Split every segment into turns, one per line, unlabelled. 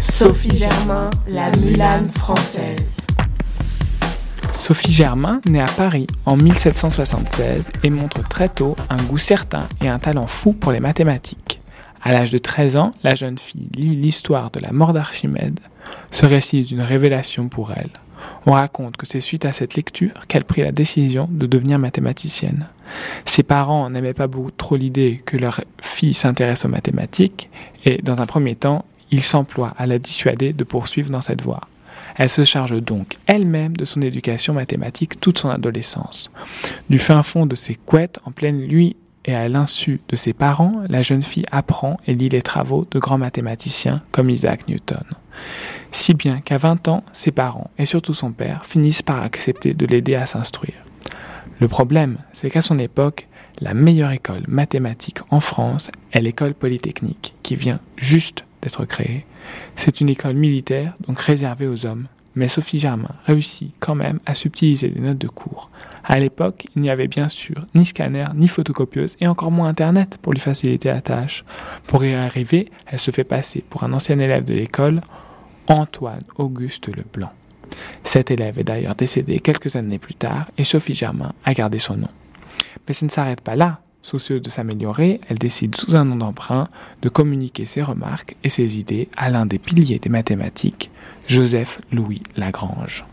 Sophie Germain, la Mulane française.
Sophie Germain naît à Paris en 1776 et montre très tôt un goût certain et un talent fou pour les mathématiques. À l'âge de 13 ans, la jeune fille lit l'histoire de la mort d'Archimède. Ce récit est une révélation pour elle. On raconte que c'est suite à cette lecture qu'elle prit la décision de devenir mathématicienne. Ses parents n'aimaient pas trop l'idée que leur fille s'intéresse aux mathématiques et, dans un premier temps, ils s'emploient à la dissuader de poursuivre dans cette voie. Elle se charge donc elle-même de son éducation mathématique toute son adolescence. Du fin fond de ses couettes, en pleine nuit et à l'insu de ses parents, la jeune fille apprend et lit les travaux de grands mathématiciens comme Isaac Newton. Si bien qu'à 20 ans, ses parents et surtout son père finissent par accepter de l'aider à s'instruire. Le problème, c'est qu'à son époque, la meilleure école mathématique en France est l'école polytechnique, qui vient juste d'être créée. C'est une école militaire, donc réservée aux hommes. Mais Sophie Germain réussit quand même à subtiliser des notes de cours. À l'époque, il n'y avait bien sûr ni scanner, ni photocopieuse, et encore moins Internet pour lui faciliter la tâche. Pour y arriver, elle se fait passer pour un ancien élève de l'école, Antoine-Auguste Leblanc. Cet élève est d'ailleurs décédé quelques années plus tard, et Sophie Germain a gardé son nom. Mais ça ne s'arrête pas là. Soucieuse de s'améliorer, elle décide sous un nom d'emprunt de communiquer ses remarques et ses idées à l'un des piliers des mathématiques, Joseph-Louis Lagrange.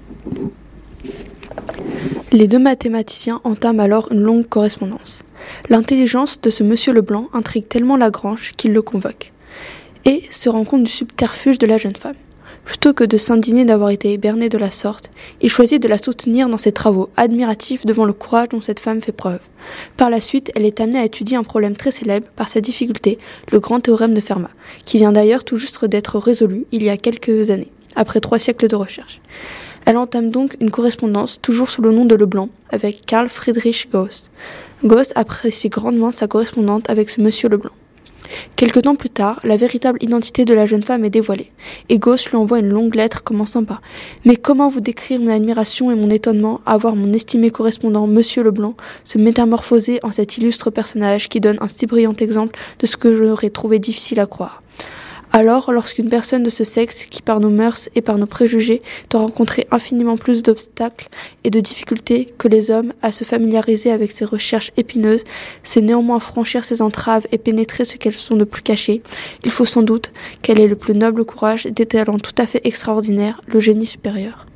Les deux mathématiciens entament alors une longue correspondance. L'intelligence de ce monsieur Leblanc intrigue tellement Lagrange qu'il le convoque et se rend compte du subterfuge de la jeune femme. Plutôt que de s'indigner d'avoir été éberné de la sorte, il choisit de la soutenir dans ses travaux, admiratif devant le courage dont cette femme fait preuve. Par la suite, elle est amenée à étudier un problème très célèbre par sa difficulté, le grand théorème de Fermat, qui vient d'ailleurs tout juste d'être résolu il y a quelques années, après 3 siècles de recherche. Elle entame donc une correspondance, toujours sous le nom de Leblanc, avec Carl Friedrich Gauss. Gauss apprécie grandement sa correspondante avec ce monsieur Leblanc. Quelque temps plus tard, la véritable identité de la jeune femme est dévoilée, et Gauss lui envoie une longue lettre commençant par « Mais comment vous décrire mon admiration et mon étonnement à voir mon estimé correspondant, Monsieur Leblanc, se métamorphoser en cet illustre personnage qui donne un si brillant exemple de ce que j'aurais trouvé difficile à croire. » Alors, lorsqu'une personne de ce sexe, qui par nos mœurs et par nos préjugés, doit rencontrer infiniment plus d'obstacles et de difficultés que les hommes à se familiariser avec ses recherches épineuses, c'est néanmoins franchir ses entraves et pénétrer ce qu'elles sont de plus caché, il faut sans doute qu'elle ait le plus noble courage des talents tout à fait extraordinaires, le génie supérieur.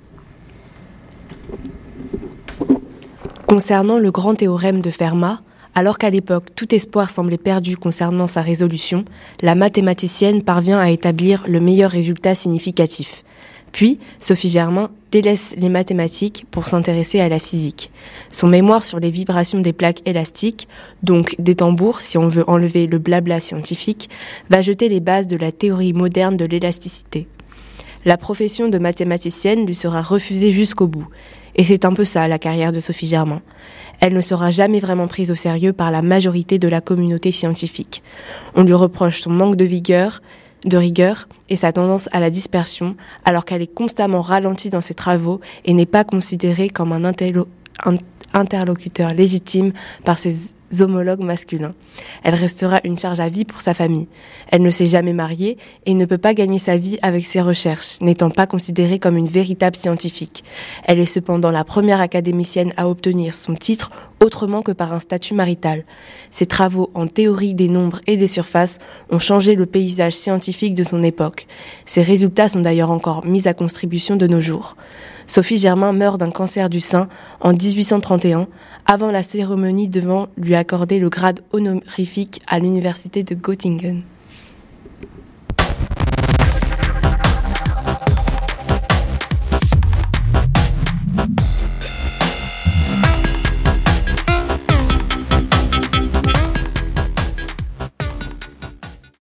Concernant le grand théorème de Fermat, alors qu'à l'époque tout espoir semblait perdu concernant sa résolution, la mathématicienne parvient à établir le meilleur résultat significatif. Puis, Sophie Germain délaisse les mathématiques pour s'intéresser à la physique. Son mémoire sur les vibrations des plaques élastiques, donc des tambours si on veut enlever le blabla scientifique, va jeter les bases de la théorie moderne de l'élasticité. La profession de mathématicienne lui sera refusée jusqu'au bout. Et c'est un peu ça, la carrière de Sophie Germain. Elle ne sera jamais vraiment prise au sérieux par la majorité de la communauté scientifique. On lui reproche son manque de rigueur et sa tendance à la dispersion, alors qu'elle est constamment ralentie dans ses travaux et n'est pas considérée comme un interlocuteur légitime par ses homologues masculins. Elle restera une charge à vie pour sa famille. Elle ne s'est jamais mariée et ne peut pas gagner sa vie avec ses recherches, n'étant pas considérée comme une véritable scientifique. Elle est cependant la première académicienne à obtenir son titre autrement que par un statut marital. Ses travaux en théorie des nombres et des surfaces ont changé le paysage scientifique de son époque. Ses résultats sont d'ailleurs encore mis à contribution de nos jours. Sophie Germain meurt d'un cancer du sein en 1831, avant la cérémonie devant lui accorder le grade honorifique à l'université de Göttingen.